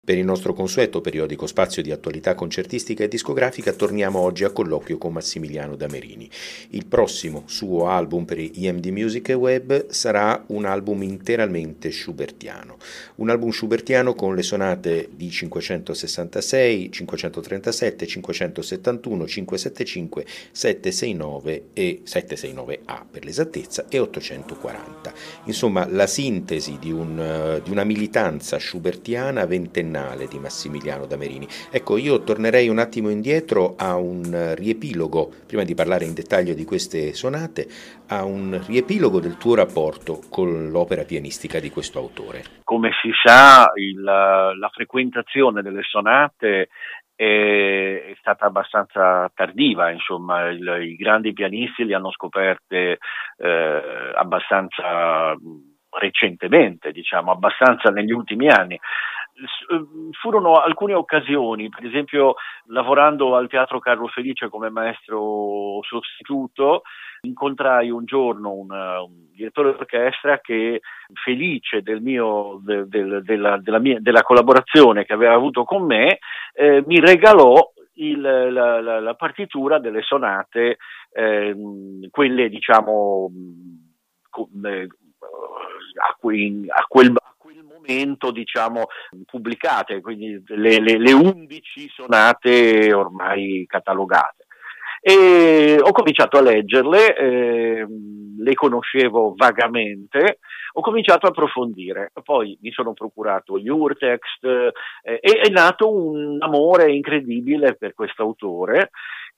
Per il nostro consueto periodico spazio di attualità concertistica e discografica torniamo oggi a colloquio con Massimiliano Damerini. Il prossimo suo album per IMD Music e Web sarà un album interamente schubertiano. Un album schubertiano con le sonate di 566, 537, 571, 575, 769 e 769A per l'esattezza e 840. Insomma, la sintesi di una militanza schubertiana ventennale di Massimiliano Damerini. Ecco, io tornerei un attimo indietro a un riepilogo, prima di parlare in dettaglio di queste sonate, a un riepilogo del tuo rapporto con l'opera pianistica di questo autore. Come si sa, la frequentazione delle sonate è stata abbastanza tardiva, insomma, i grandi pianisti li hanno scoperte abbastanza recentemente, diciamo, abbastanza negli ultimi anni. Furono alcune occasioni, per esempio lavorando al Teatro Carlo Felice come maestro sostituto, incontrai un giorno un direttore d'orchestra che, felice della collaborazione che aveva avuto con me, mi regalò la partitura delle sonate, quelle diciamo a quel momento, diciamo, pubblicate, quindi le 11 sonate ormai catalogate. E ho cominciato a leggerle, le conoscevo vagamente, ho cominciato a approfondire, poi mi sono procurato gli urtext, è nato un amore incredibile per questo autore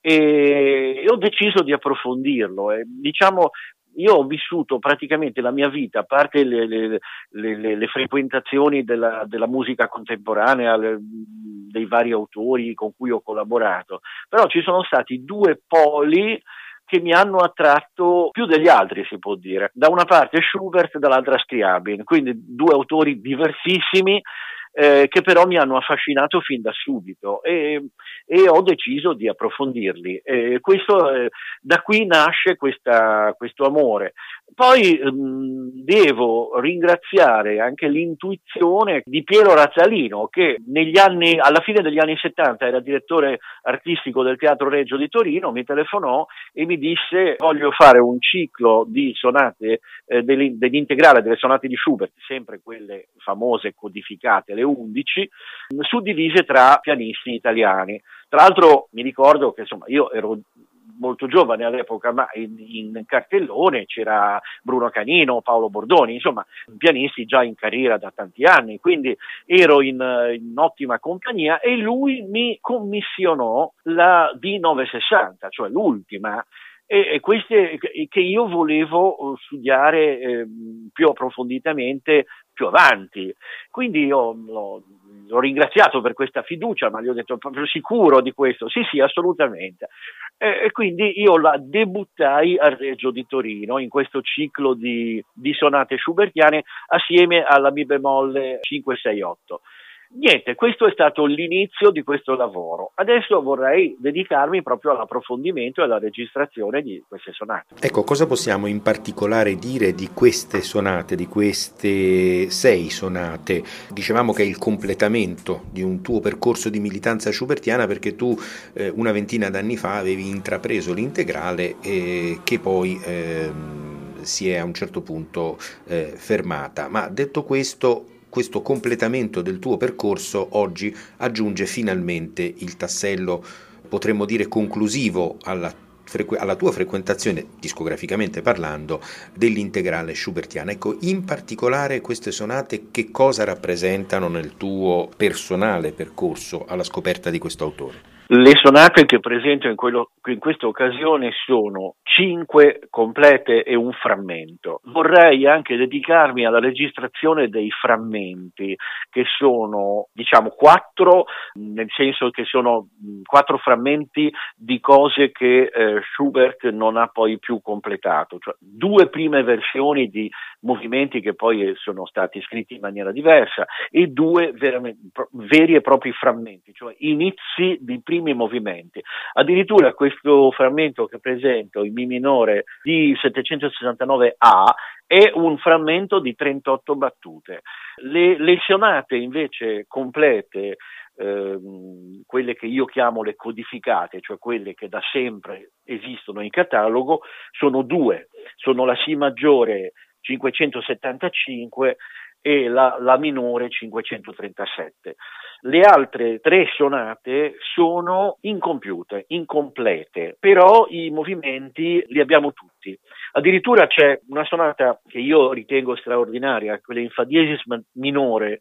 e ho deciso di approfondirlo. Diciamo, io ho vissuto praticamente la mia vita, a parte le frequentazioni della musica contemporanea, dei vari autori con cui ho collaborato, però ci sono stati due poli che mi hanno attratto più degli altri, si può dire. Da una parte Schubert e dall'altra Scriabin, quindi due autori diversissimi, che però mi hanno affascinato fin da subito e ho deciso di approfondirli. Da qui nasce questo amore. Poi devo ringraziare anche l'intuizione di Piero Razzalino, che alla fine degli anni 70 era direttore artistico del Teatro Regio di Torino, mi telefonò e mi disse: voglio fare un ciclo di sonate, dell'integrale delle sonate di Schubert, sempre quelle famose codificate, le 11, suddivise tra pianisti italiani. Tra l'altro mi ricordo che, insomma, io ero molto giovane all'epoca, ma in cartellone c'era Bruno Canino, Paolo Bordoni, insomma, pianisti già in carriera da tanti anni, quindi ero in ottima compagnia e lui mi commissionò la D960, cioè l'ultima, e queste che io volevo studiare più approfonditamente più avanti. Quindi io l'ho ringraziato per questa fiducia, ma gli ho detto: proprio sicuro di questo? Sì, assolutamente. E quindi io la debuttai al Regio di Torino in questo ciclo di sonate schubertiane assieme alla Mi bemolle 568. Niente, questo è stato l'inizio di questo lavoro. Adesso vorrei dedicarmi proprio all'approfondimento e alla registrazione di queste sonate. Ecco, cosa possiamo in particolare dire di queste sonate, di queste 6 sonate? Dicevamo che è il completamento di un tuo percorso di militanza schubertiana, perché tu una ventina d'anni fa avevi intrapreso l'integrale che poi si è a un certo punto fermata. Ma detto questo completamento del tuo percorso oggi aggiunge finalmente il tassello, potremmo dire, conclusivo alla tua frequentazione, discograficamente parlando, dell'integrale schubertiana. Ecco, in particolare queste sonate che cosa rappresentano nel tuo personale percorso alla scoperta di questo autore? Le sonate che presento in questa occasione sono 5 complete e un frammento. Vorrei anche dedicarmi alla registrazione dei frammenti, che sono, diciamo, 4, nel senso che sono 4 frammenti di cose che Schubert non ha poi più completato, cioè 2 prime versioni di movimenti che poi sono stati scritti in maniera diversa e 2 veri e propri frammenti, cioè inizi di primi primi movimenti. Addirittura questo frammento che presento in Mi minore di 769A è un frammento di 38 battute. Le sonate invece complete, quelle che io chiamo le codificate, cioè quelle che da sempre esistono in catalogo, sono due, sono la Si maggiore 575 e la minore 537. Le altre tre sonate sono incompiute, incomplete, però i movimenti li abbiamo tutti. Addirittura c'è una sonata che io ritengo straordinaria, quella in Fa diesis minore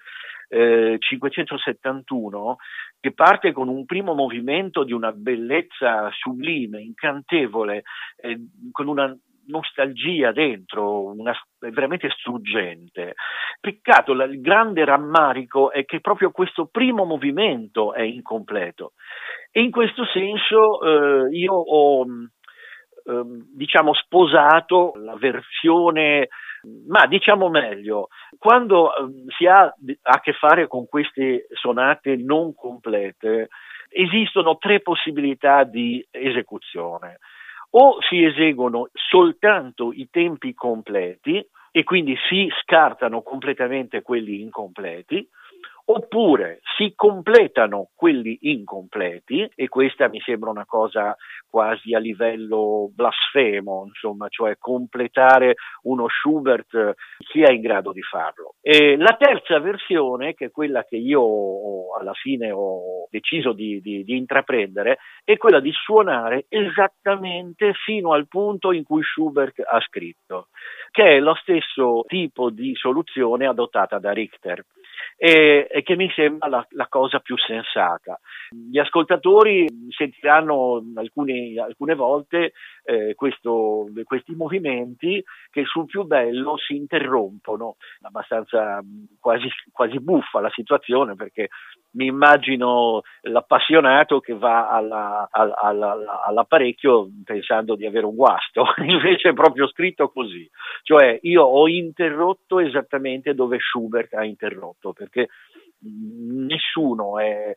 571, che parte con un primo movimento di una bellezza sublime, incantevole, con una nostalgia dentro, veramente struggente. Peccato, il grande rammarico è che proprio questo primo movimento è incompleto, e in questo senso io ho diciamo sposato la versione, ma diciamo meglio, quando si ha a che fare con queste sonate non complete, esistono tre possibilità di esecuzione. O si eseguono soltanto i tempi completi e quindi si scartano completamente quelli incompleti, oppure si completano quelli incompleti, e questa mi sembra una cosa quasi a livello blasfemo, insomma, cioè completare uno Schubert, chi è in grado di farlo? E la terza versione, che è quella che io alla fine ho deciso di intraprendere, è quella di suonare esattamente fino al punto in cui Schubert ha scritto, che è lo stesso tipo di soluzione adottata da Richter. E che mi sembra la cosa più sensata. Gli ascoltatori sentiranno alcune volte questi movimenti che sul più bello si interrompono, abbastanza quasi buffa la situazione, perché mi immagino l'appassionato che va all'apparecchio pensando di avere un guasto, invece è proprio scritto così, cioè io ho interrotto esattamente dove Schubert ha interrotto, perché nessuno è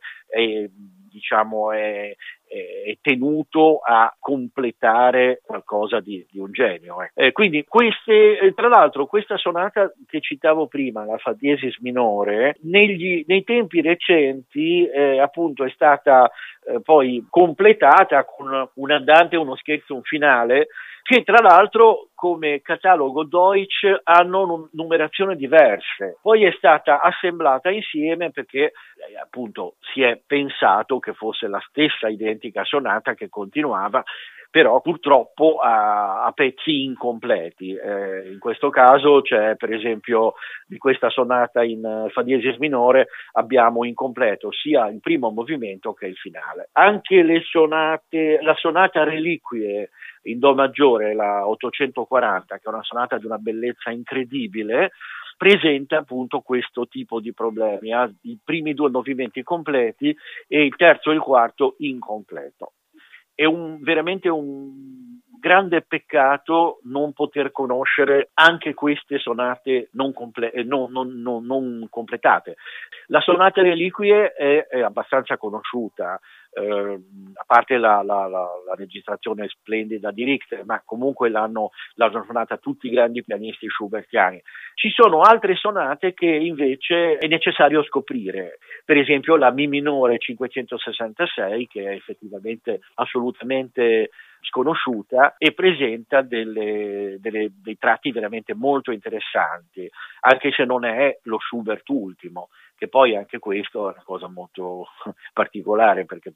tenuto a completare qualcosa di un genio. Quindi tra l'altro questa sonata che citavo prima, la Fa diesis minore, nei tempi recenti appunto è stata poi completata con un andante, uno scherzo, un finale, che tra l'altro come catalogo Deutsch hanno numerazioni diverse. Poi è stata assemblata insieme perché appunto si è pensato che fosse la stessa identica sonata che continuava, però purtroppo a pezzi incompleti. In questo caso c'è, per esempio, di questa sonata in Fa diesis minore abbiamo incompleto sia il primo movimento che il finale. Anche la sonata Reliquie in Do maggiore, la 840, che è una sonata di una bellezza incredibile, presenta appunto questo tipo di problemi. Ha i primi due movimenti completi e il terzo e il quarto incompleto. È veramente un grande peccato non poter conoscere anche queste sonate non completate. La sonata Reliquie è abbastanza conosciuta, a parte la registrazione splendida di Richter, ma comunque l'hanno suonata tutti i grandi pianisti schubertiani. Ci sono altre sonate che invece è necessario scoprire, per esempio la Mi minore 566, che è effettivamente assolutamente sconosciuta e presenta dei tratti veramente molto interessanti, anche se non è lo Schubert ultimo, che poi anche questo è una cosa molto particolare, perché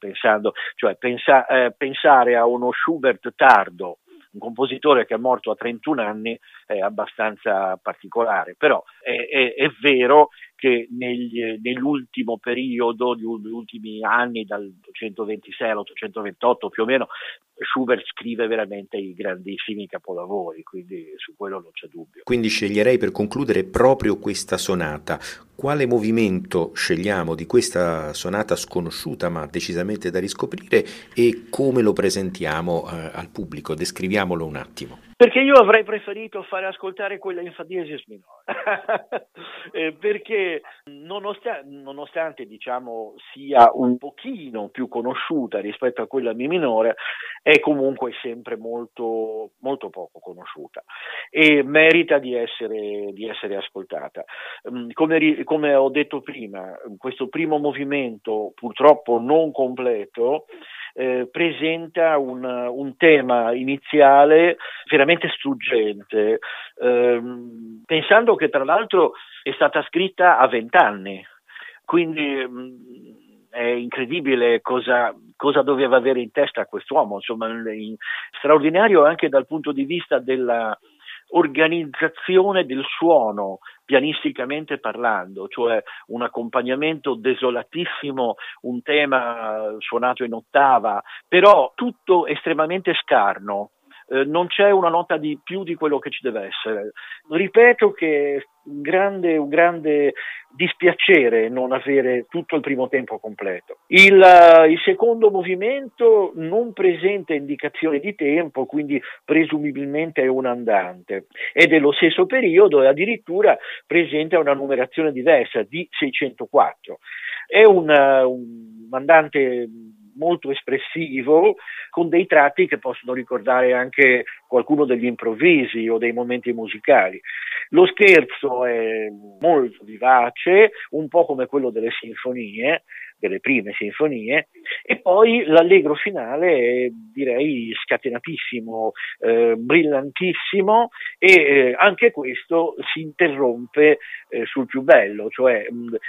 pensare a uno Schubert tardo, un compositore che è morto a 31 anni, è abbastanza particolare, però è vero che nell'ultimo periodo, negli ultimi anni, dall'826 all'828 più o meno, Schubert scrive veramente i grandissimi capolavori, quindi su quello non c'è dubbio. Quindi sceglierei per concludere proprio questa sonata. Quale movimento scegliamo di questa sonata sconosciuta ma decisamente da riscoprire, e come lo presentiamo al pubblico? Descriviamolo un attimo. Perché io avrei preferito fare ascoltare quella in fa diesis minore, perché nonostante diciamo sia un pochino più conosciuta rispetto a quella mi minore, è comunque sempre molto, molto poco conosciuta e merita di essere ascoltata. Come ho detto prima, questo primo movimento, purtroppo non completo, presenta un tema iniziale veramente struggente, pensando che tra l'altro è stata scritta a 20 anni, quindi è incredibile cosa doveva avere in testa quest'uomo, insomma, straordinario anche dal punto di vista della organizzazione del suono pianisticamente parlando, cioè un accompagnamento desolatissimo, un tema suonato in ottava, però tutto estremamente scarno. Non c'è una nota di più di quello che ci deve essere. Ripeto che è un grande dispiacere non avere tutto il primo tempo completo. Il secondo movimento non presenta indicazioni di tempo, quindi presumibilmente è un andante. È dello stesso periodo e addirittura presenta una numerazione diversa, D604. È un andante molto espressivo, con dei tratti che possono ricordare anche qualcuno degli improvvisi o dei momenti musicali. Lo scherzo è molto vivace, un po' come quello delle sinfonie, delle prime sinfonie, e poi l'allegro finale è, direi, scatenatissimo, brillantissimo, e anche questo si interrompe sul più bello, cioè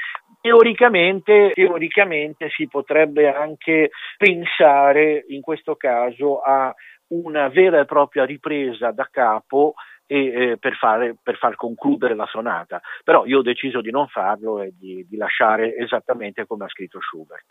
teoricamente si potrebbe anche pensare in questo caso a una vera e propria ripresa da capo per far concludere la sonata, però io ho deciso di non farlo e di lasciare esattamente come ha scritto Schubert.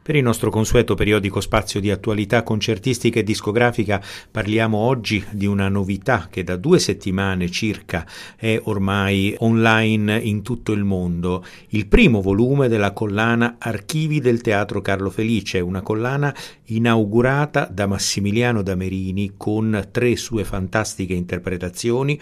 Per il nostro consueto periodico spazio di attualità concertistica e discografica parliamo oggi di una novità che da 2 settimane circa è ormai online in tutto il mondo, il primo volume della collana Archivi del Teatro Carlo Felice, una collana inaugurata da Massimiliano Damerini con 3 sue fantastiche interpretazioni,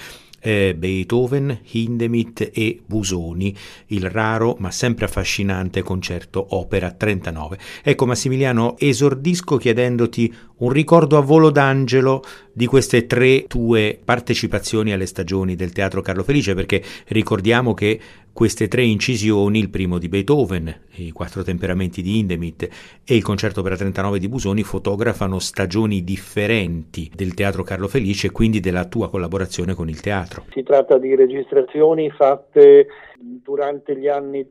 Beethoven, Hindemith e Busoni, il raro ma sempre affascinante concerto opera 39. Ecco Massimiliano, esordisco chiedendoti un ricordo a volo d'angelo di queste 3 tue partecipazioni alle stagioni del Teatro Carlo Felice, perché ricordiamo che queste 3 incisioni, il primo di Beethoven, i 4 temperamenti di Hindemith e il concerto opera 39 di Busoni, fotografano stagioni differenti del Teatro Carlo Felice e quindi della tua collaborazione con il teatro. Si tratta di registrazioni fatte durante gli anni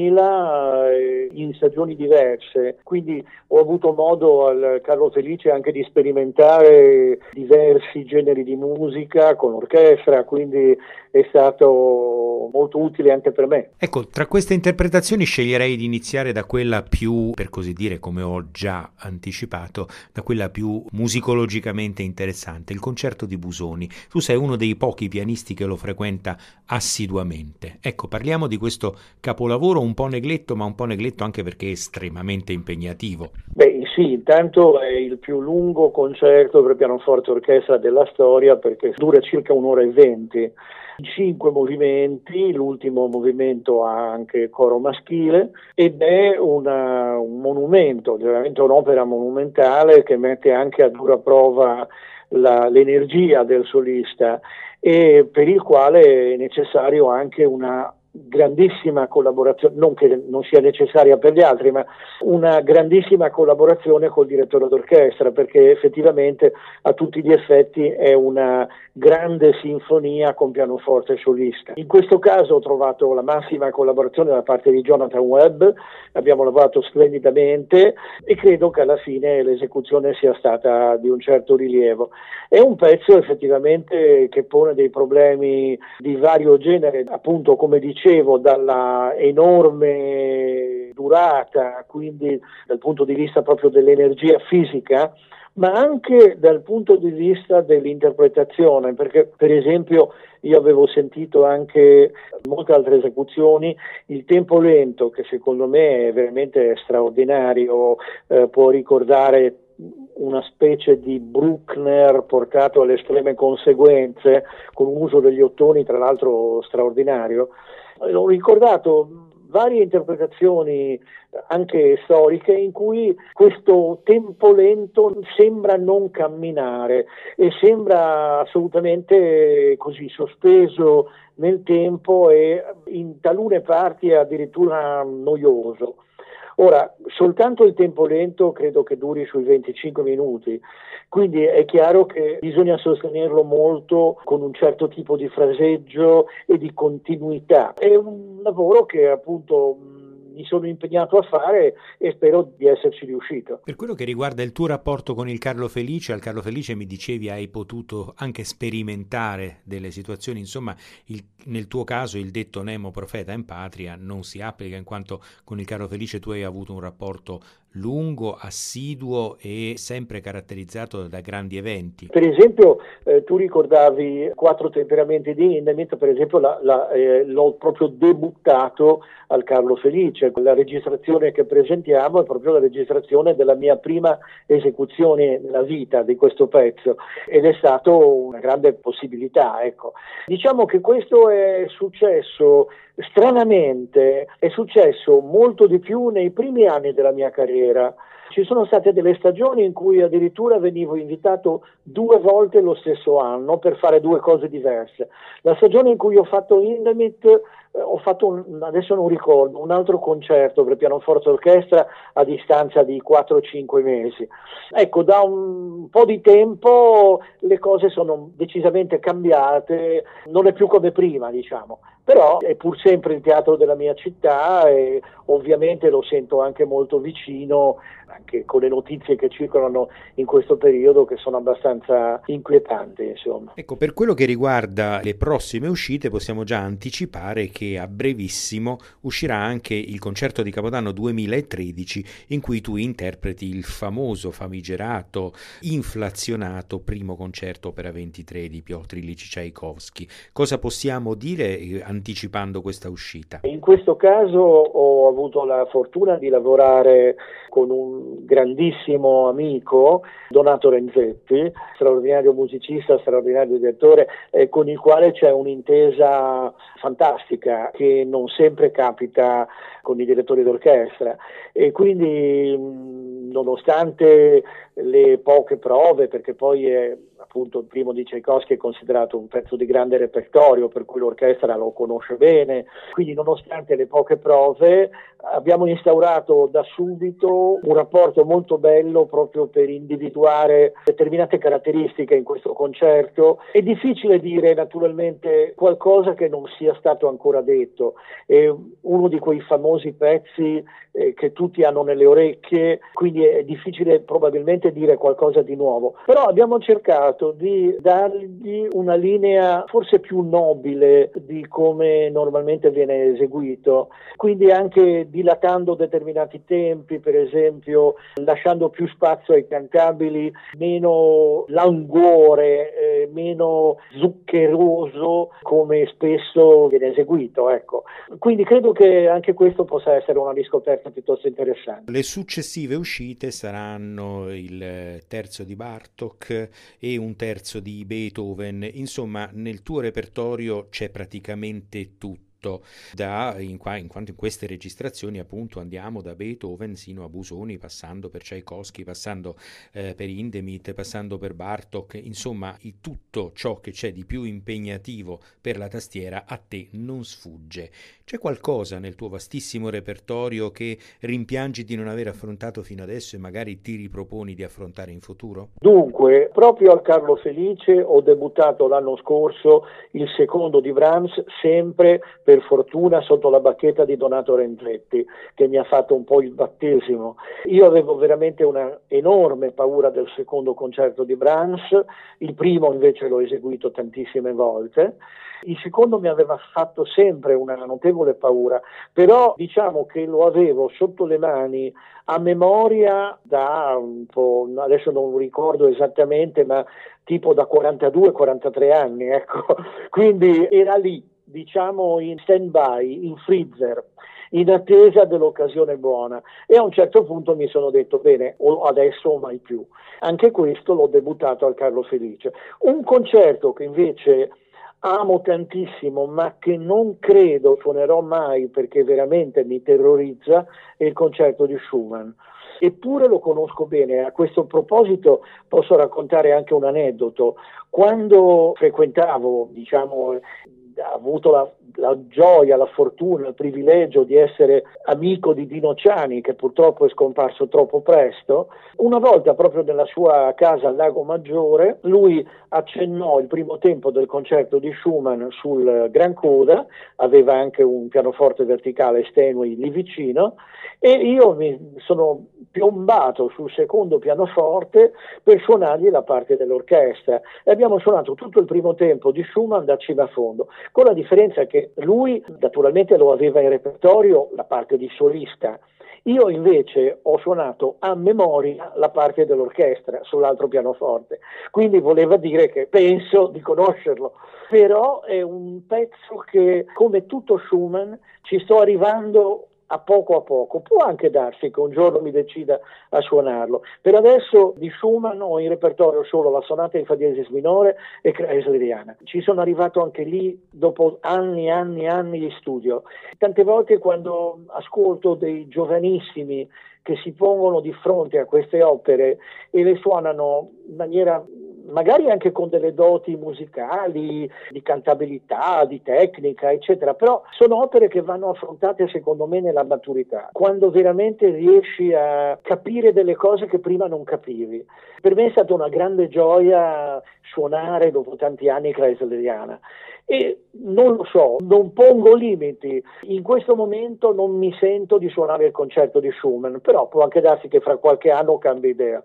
2000 in stagioni diverse, quindi ho avuto modo al Carlo Felice anche di sperimentare diversi generi di musica con orchestra, quindi è stato molto utile anche per me. Ecco, tra queste interpretazioni sceglierei di iniziare da quella più, per così dire, come ho già anticipato, da quella più musicologicamente interessante, il concerto di Busoni. Tu sei uno dei pochi pianisti che lo frequenta assiduamente. Ecco, parliamo di questo capolavoro un po' negletto, ma un po' negletto anche perché è estremamente impegnativo. Beh sì, intanto è il più lungo concerto per pianoforte e orchestra della storia perché dura circa 1 ora e 20. 5 movimenti, l'ultimo movimento ha anche coro maschile ed è un monumento, veramente un'opera monumentale che mette anche a dura prova l'energia del solista e per il quale è necessario anche una grandissima collaborazione, non che non sia necessaria per gli altri, ma una grandissima collaborazione col direttore d'orchestra, perché effettivamente a tutti gli effetti è una grande sinfonia con pianoforte solista. In questo caso ho trovato la massima collaborazione da parte di Jonathan Webb, abbiamo lavorato splendidamente e credo che alla fine l'esecuzione sia stata di un certo rilievo. È un pezzo effettivamente che pone dei problemi di vario genere, appunto come dicevo, dalla enorme durata, quindi dal punto di vista proprio dell'energia fisica, ma anche dal punto di vista dell'interpretazione, perché per esempio io avevo sentito anche in molte altre esecuzioni il tempo lento, che secondo me è veramente straordinario, può ricordare una specie di Bruckner portato alle estreme conseguenze, con un uso degli ottoni tra l'altro straordinario. Ho ricordato varie interpretazioni anche storiche in cui questo tempo lento sembra non camminare e sembra assolutamente così sospeso nel tempo e in talune parti addirittura noioso. Ora, soltanto il tempo lento credo che duri sui 25 minuti, quindi è chiaro che bisogna sostenerlo molto con un certo tipo di fraseggio e di continuità. È un lavoro che appunto mi sono impegnato a fare e spero di esserci riuscito. Per quello che riguarda il tuo rapporto con il Carlo Felice, al Carlo Felice mi dicevi hai potuto anche sperimentare delle situazioni, insomma nel tuo caso il detto Nemo profeta in patria non si applica in quanto con il Carlo Felice tu hai avuto un rapporto lungo, assiduo e sempre caratterizzato da grandi eventi. Per esempio tu ricordavi 4 temperamenti di Hindemith, per esempio l'ho proprio debuttato al Carlo Felice. La registrazione che presentiamo è proprio la registrazione della mia prima esecuzione nella vita di questo pezzo ed è stato una grande possibilità, ecco. Diciamo che questo è successo stranamente, è successo molto di più nei primi anni della mia carriera. Ci sono state delle stagioni in cui addirittura venivo invitato 2 volte lo stesso anno per fare 2 cose diverse. La stagione in cui ho fatto Hindemith ho fatto, adesso non ricordo, un altro concerto per pianoforte e orchestra a distanza di 4-5 mesi. Ecco, da un po' di tempo le cose sono decisamente cambiate, non è più come prima, diciamo. Però è pur sempre il teatro della mia città e ovviamente lo sento anche molto vicino, anche con le notizie che circolano in questo periodo che sono abbastanza inquietanti, insomma. Ecco, per quello che riguarda le prossime uscite, possiamo già anticipare che a brevissimo uscirà anche il concerto di Capodanno 2013 in cui tu interpreti il famoso, famigerato, inflazionato primo concerto opera 23 di Piotr Ilyich Tchaikovsky. Cosa possiamo dire anticipando questa uscita? In questo caso ho avuto la fortuna di lavorare con un grandissimo amico, Donato Renzetti, straordinario musicista, straordinario direttore, con il quale c'è un'intesa fantastica che non sempre capita con i direttori d'orchestra e quindi nonostante le poche prove, perché poi è appunto il primo di Tchaikovsky è considerato un pezzo di grande repertorio per cui l'orchestra lo conosce bene, quindi nonostante le poche prove abbiamo instaurato da subito un rapporto molto bello proprio per individuare determinate caratteristiche in questo concerto. È difficile dire naturalmente qualcosa che non sia stato ancora detto, è uno di quei famosi pezzi che tutti hanno nelle orecchie, quindi è difficile probabilmente dire qualcosa di nuovo, però abbiamo cercato di dargli una linea forse più nobile di come normalmente viene eseguito, quindi anche dilatando determinati tempi, per esempio lasciando più spazio ai cantabili, meno languore, meno zuccheroso come spesso viene eseguito, ecco. Quindi credo che anche questo possa essere una riscoperta piuttosto interessante. Le successive uscite saranno il terzo di Bartók e un terzo di Beethoven, insomma nel tuo repertorio c'è praticamente tutto. In quanto in queste registrazioni appunto andiamo da Beethoven sino a Busoni, passando per Tchaikovsky, passando per Hindemith, passando per Bartók, insomma tutto ciò che c'è di più impegnativo per la tastiera a te non sfugge. C'è qualcosa nel tuo vastissimo repertorio che rimpiangi di non aver affrontato fino adesso e magari ti riproponi di affrontare in futuro? Dunque, proprio al Carlo Felice ho debuttato l'anno scorso il secondo di Brahms, sempre per fortuna sotto la bacchetta di Donato Renzetti, che mi ha fatto un po' il battesimo. Io avevo veramente una enorme paura del secondo concerto di Brahms, il primo invece l'ho eseguito tantissime volte. Il secondo mi aveva fatto sempre una notevole paura, però diciamo che lo avevo sotto le mani a memoria da un po', adesso non ricordo esattamente, ma tipo da 42-43 anni, ecco. Quindi era lì, diciamo in stand-by, in freezer, in attesa dell'occasione buona, e a un certo punto mi sono detto bene, o adesso o mai più. Anche questo l'ho debuttato al Carlo Felice. Un concerto che invece amo tantissimo ma che non credo suonerò mai perché veramente mi terrorizza è il concerto di Schumann. Eppure lo conosco bene. A questo proposito posso raccontare anche un aneddoto. Quando frequentavo, diciamo, ho avuto la gioia, la fortuna, il privilegio di essere amico di Dino Ciani, che purtroppo è scomparso troppo presto, una volta proprio nella sua casa al Lago Maggiore, lui accennò il primo tempo del concerto di Schumann sul Gran Coda, aveva anche un pianoforte verticale Steinway lì vicino, e io mi sono piombato sul secondo pianoforte per suonargli la parte dell'orchestra e abbiamo suonato tutto il primo tempo di Schumann da cima a fondo, con la differenza che lui naturalmente lo aveva in repertorio la parte di solista. Io invece ho suonato a memoria la parte dell'orchestra sull'altro pianoforte, quindi voleva dire che penso di conoscerlo, però è un pezzo che, come tutto Schumann, ci sto arrivando a poco, può anche darsi che un giorno mi decida a suonarlo. Per adesso di Schumann ho in repertorio solo la sonata in fa diesis minore e Kreisleriana. Ci sono arrivato anche lì dopo anni di studio. Tante volte quando ascolto dei giovanissimi che si pongono di fronte a queste opere e le suonano in maniera magari anche con delle doti musicali, di cantabilità, di tecnica, eccetera, però sono opere che vanno affrontate secondo me nella maturità, quando veramente riesci a capire delle cose che prima non capivi. Per me è stata una grande gioia suonare dopo tanti anni Kreisleriana. E non lo so, non pongo limiti. In questo momento non mi sento di suonare il concerto di Schumann, però può anche darsi che fra qualche anno cambi idea.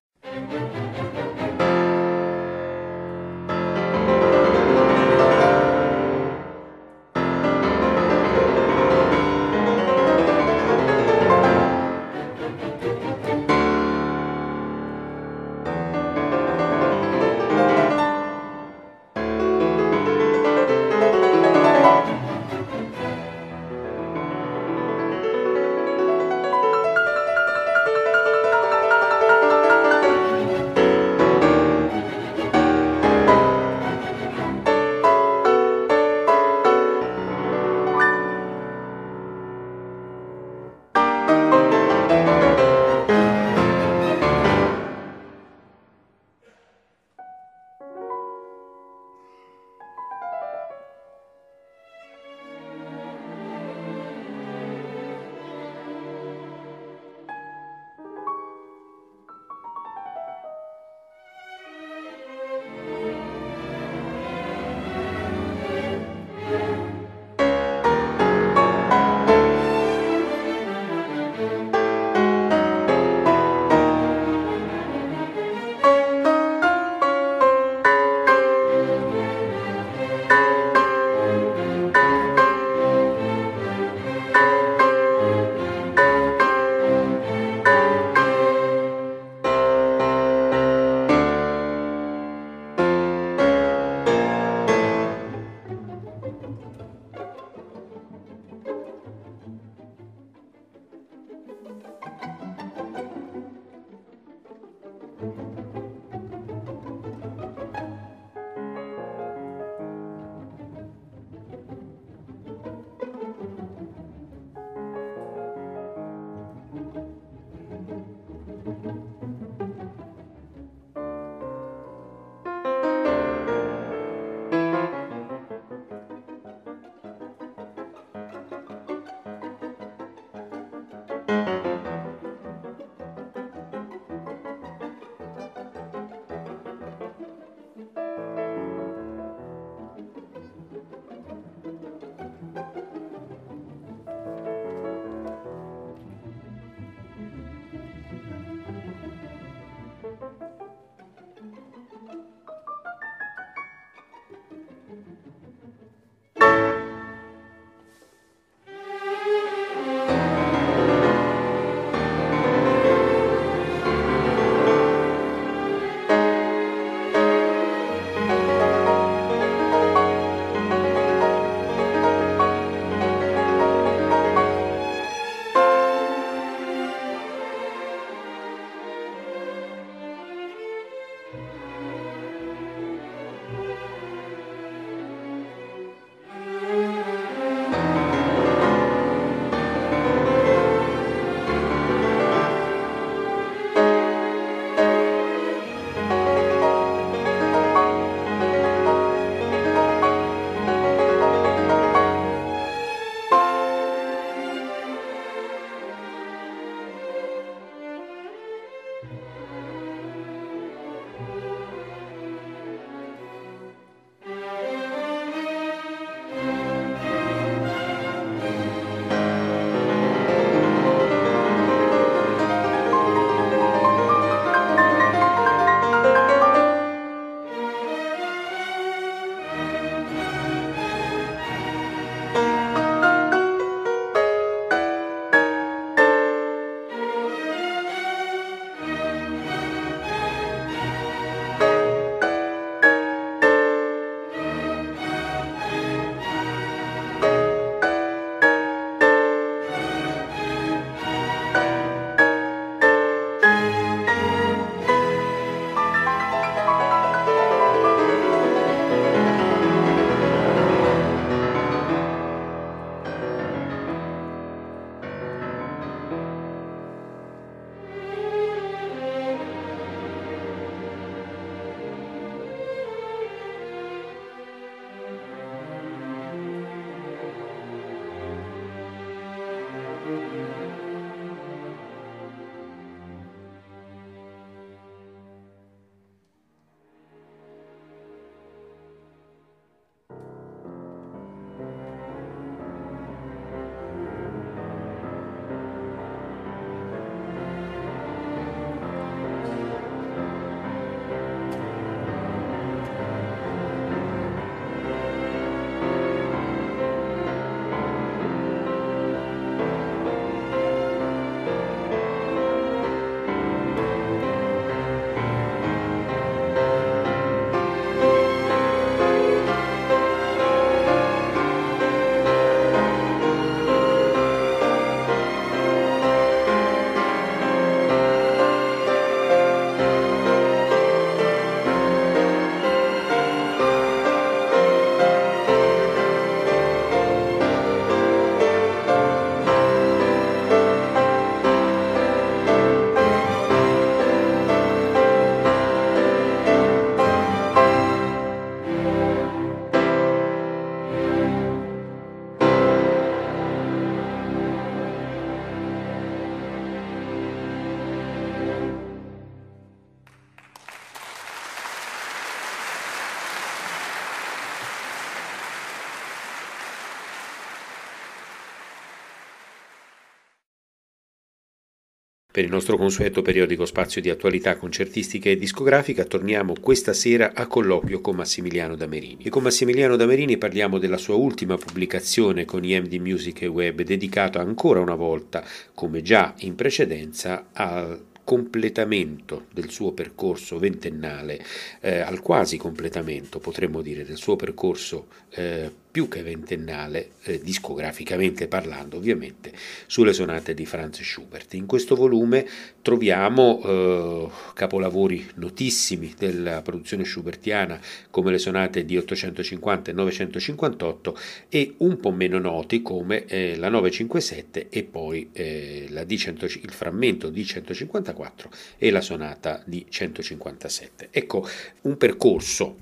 Per il nostro consueto periodico spazio di attualità concertistica e discografica torniamo questa sera a colloquio con Massimiliano Damerini. E con Massimiliano Damerini parliamo della sua ultima pubblicazione con IMD Music e Web, dedicata ancora una volta, come già in precedenza, al completamento del suo percorso ventennale, al quasi completamento, potremmo dire, del suo percorso più che ventennale, discograficamente parlando ovviamente, sulle sonate di Franz Schubert. In questo volume troviamo capolavori notissimi della produzione schubertiana come le sonate di 850 e 958 e un po' meno noti come la 957 e poi il frammento di 154 e la sonata di 157. Ecco un percorso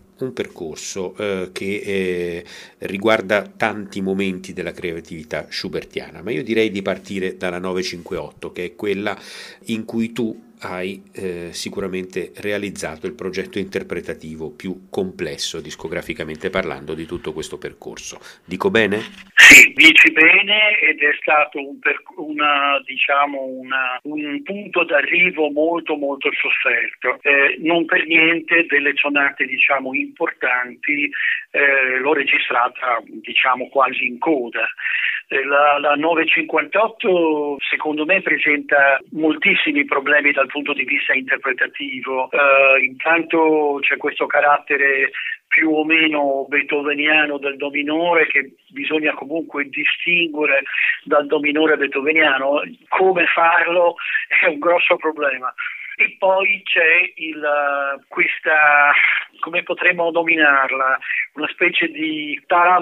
che riguarda tanti momenti della creatività schubertiana, ma io direi di partire dalla 958, che è quella in cui tu hai sicuramente realizzato il progetto interpretativo più complesso, discograficamente parlando, di tutto questo percorso. Dico bene? Sì, dici bene, ed è stato un punto d'arrivo molto molto sofferto. Non per niente delle sonate importanti l'ho registrata quasi in coda. La 958 secondo me presenta moltissimi problemi dal punto di vista interpretativo. Intanto c'è questo carattere più o meno beethoveniano del do minore che bisogna comunque distinguere dal do minore beethoveniano. Come farlo è un grosso problema. E poi c'è questa, come potremmo nominarla, una specie di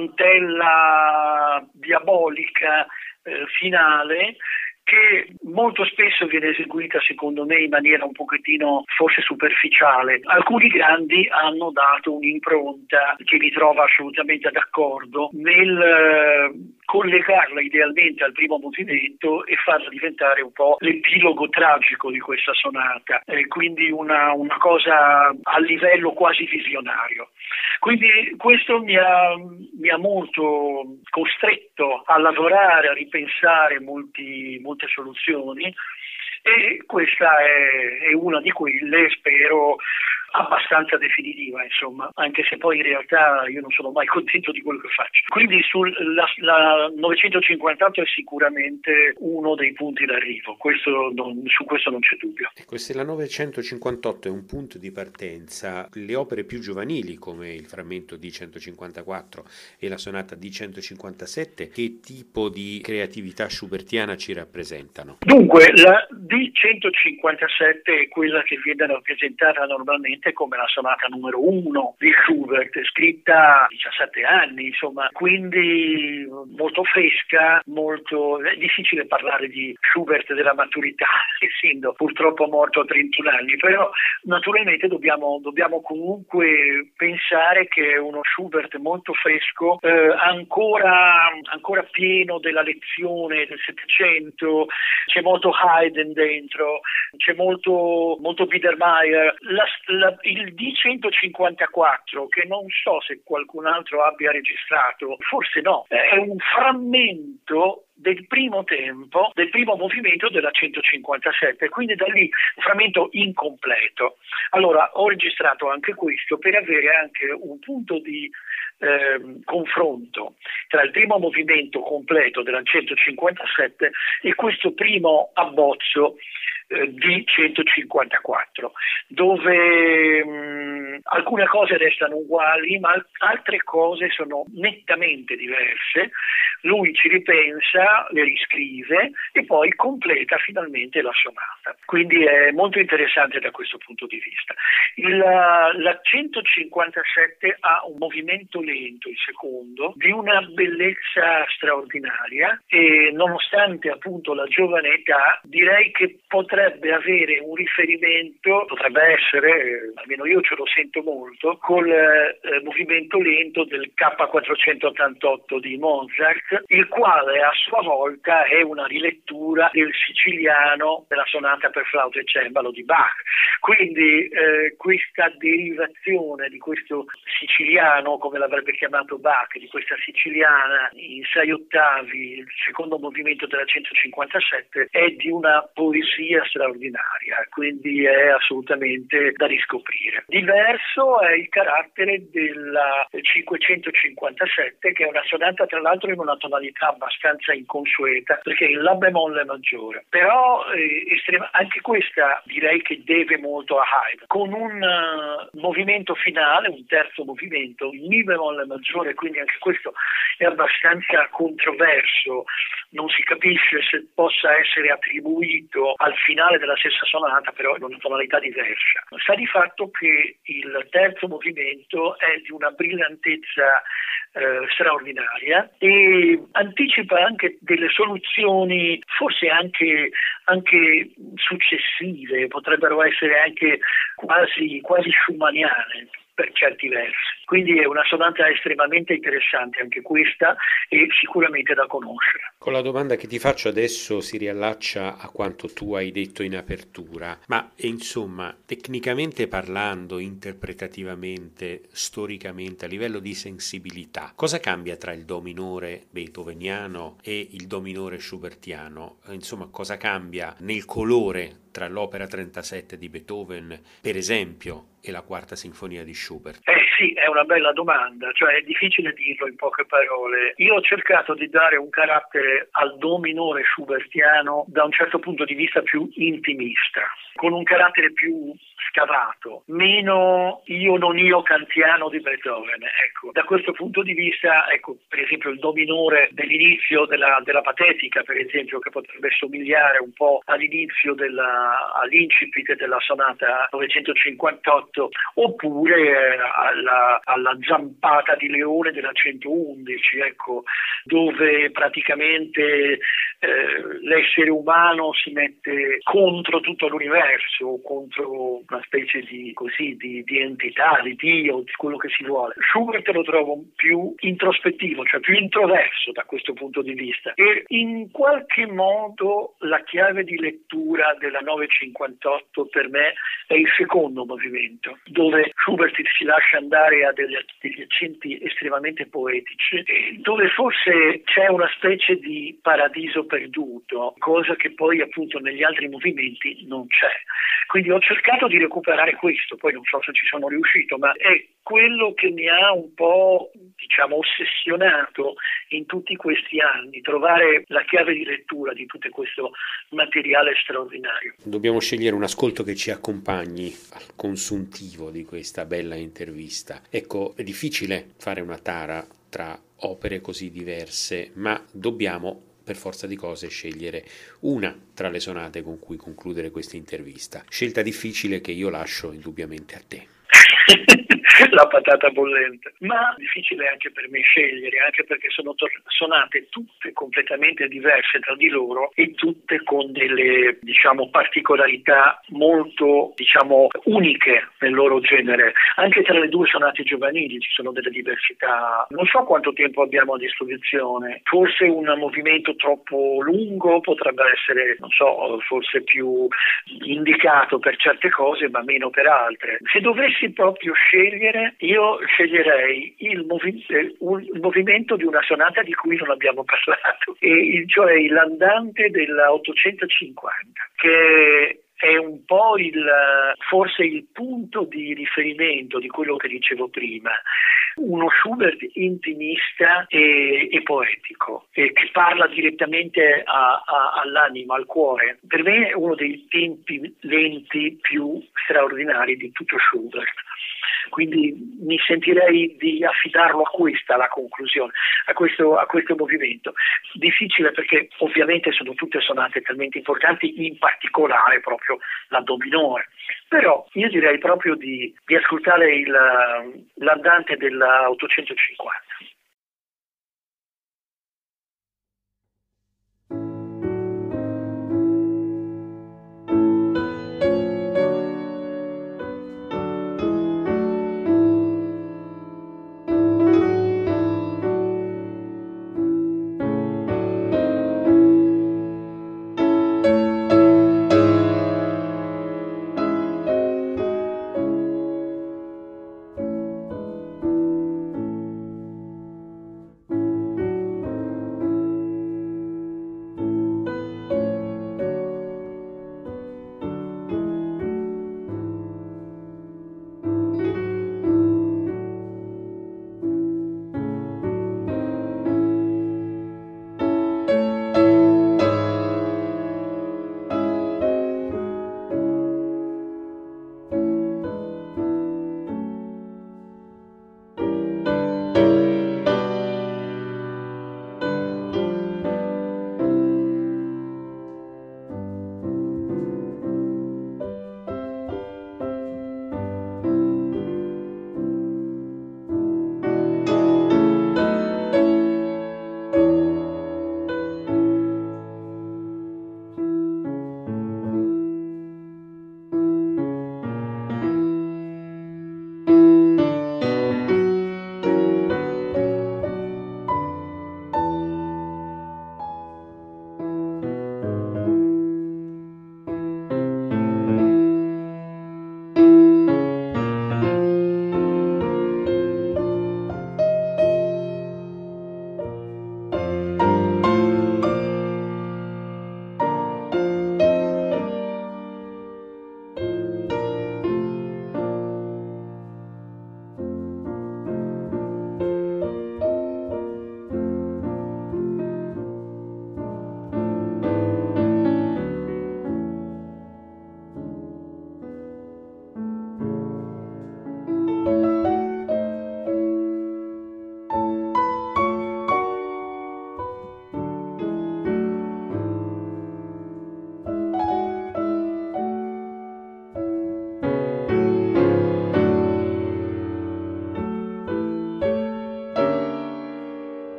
tarantella diabolica finale, che molto spesso viene eseguita secondo me in maniera un pochettino forse superficiale. Alcuni grandi hanno dato un'impronta che mi trova assolutamente d'accordo nel collegarla idealmente al primo movimento e farla diventare un po' l'epilogo tragico di questa sonata, quindi una cosa a livello quasi visionario. Quindi questo mi ha molto costretto a lavorare, a ripensare molte soluzioni, e questa è una di quelle, spero, abbastanza definitiva, insomma, anche se poi in realtà io non sono mai contento di quello che faccio. Quindi la 958 è sicuramente uno dei punti d'arrivo, su questo non c'è dubbio. Ecco, se la 958 è un punto di partenza, le opere più giovanili come il frammento di 154 e la sonata di 157, che tipo di creatività schubertiana ci rappresentano? Dunque, la di 157 è quella che viene rappresentata normalmente come la sonata numero 1 di Schubert, scritta a 17 anni, insomma, quindi molto fresca, è difficile parlare di Schubert della maturità, essendo purtroppo morto a 31 anni, però naturalmente dobbiamo comunque pensare che è uno Schubert molto fresco, ancora pieno della lezione del Settecento, c'è molto Haydn dentro, c'è molto Biedermeier. Il D154, che non so se qualcun altro abbia registrato, forse no, è un frammento del primo tempo, del primo movimento della 157, quindi da lì un frammento incompleto. Allora ho registrato anche questo per avere anche un punto di confronto tra il primo movimento completo della 157 e questo primo abbozzo di 154, dove alcune cose restano uguali, ma altre cose sono nettamente diverse. Lui ci ripensa, le riscrive e poi completa finalmente la sonata. Quindi è molto interessante da questo punto di vista. La 157 ha un movimento lento, il secondo, di una bellezza straordinaria, e nonostante appunto la giovane età, direi che potrebbe avere un riferimento, potrebbe essere, almeno io ce lo sento molto, col movimento lento del K488 di Mozart, il quale a sua volta è una rilettura del siciliano della sonata per flauto e cembalo di Bach. Quindi questa derivazione di questo siciliano, come l'avrebbe chiamato Bach, di questa siciliana in 6 ottavi, il secondo movimento della 157, è di una poesia straordinaria, quindi è assolutamente da riscoprire. Diverso è il carattere della 557, che è una sonata tra l'altro in una tonalità abbastanza inconsueta, perché è il La bemolle maggiore, però anche questa direi che deve molto a Haydn, con un movimento finale, un terzo movimento, il Mi bemolle maggiore, quindi anche questo è abbastanza controverso, non si capisce se possa essere attribuito al finale della stessa sonata, però in una tonalità diversa. Sta di fatto che il terzo movimento è di una brillantezza straordinaria e anticipa anche delle soluzioni forse anche successive, potrebbero essere anche quasi schumanniane per certi versi. Quindi è una sonata estremamente interessante anche questa e sicuramente da conoscere. Con la domanda che ti faccio adesso si riallaccia a quanto tu hai detto in apertura, ma insomma, tecnicamente parlando, interpretativamente, storicamente, a livello di sensibilità, cosa cambia tra il do minore beethoveniano e il do minore schubertiano? Insomma, cosa cambia nel colore tra l'opera 37 di Beethoven, per esempio, e la quarta sinfonia di Schubert? Sì, è una bella domanda, cioè è difficile dirlo in poche parole. Io ho cercato di dare un carattere al do minore schubertiano da un certo punto di vista più intimista, con un carattere più scavato, meno io kantiano di Beethoven. Ecco, da questo punto di vista, ecco, per esempio il do minore dell'inizio della Patetica, per esempio, che potrebbe somigliare un po' all'inizio all'incipit della sonata 958, oppure alla zampata di Leone della 111, ecco, dove praticamente l'essere umano si mette contro tutto l'universo, contro una specie di entità, di Dio, di quello che si vuole. Schubert lo trovo più introspettivo, cioè più introverso da questo punto di vista, e in qualche modo la chiave di lettura della 958 per me è il secondo movimento, dove Schubert si lascia andare a degli accenti estremamente poetici, dove forse c'è una specie di paradiso perduto, cosa che poi appunto negli altri movimenti non c'è. Quindi ho cercato di recuperare questo, poi non so se ci sono riuscito, ma è quello che mi ha un po', ossessionato in tutti questi anni, trovare la chiave di lettura di tutto questo materiale straordinario. Dobbiamo scegliere un ascolto che ci accompagni al consuntivo di questa bella intervista. Ecco, è difficile fare una tara tra opere così diverse, ma dobbiamo per forza di cose scegliere una tra le sonate con cui concludere questa intervista. Scelta difficile che io lascio indubbiamente a te. La patata bollente, ma difficile anche per me scegliere, anche perché sono sonate tutte completamente diverse tra di loro e tutte con delle particolarità molto uniche nel loro genere. Anche tra le due sonate giovanili ci sono delle diversità. Non so quanto tempo abbiamo a disposizione, forse un movimento troppo lungo potrebbe essere, forse più indicato per certe cose ma meno per altre. Se dovessi proprio scegliere, io sceglierei il movimento di una sonata di cui non abbiamo parlato, cioè l'andante della 850, che è un po' forse il punto di riferimento di quello che dicevo prima, uno Schubert intimista e poetico, che parla direttamente all'anima, al cuore. Per me è uno dei tempi lenti più straordinari di tutto Schubert. Quindi mi sentirei di affidarlo a questa la conclusione, a questo movimento. Difficile perché ovviamente sono tutte sonate talmente importanti, in particolare proprio la do minore. Però io direi proprio di ascoltare l'andante della 850.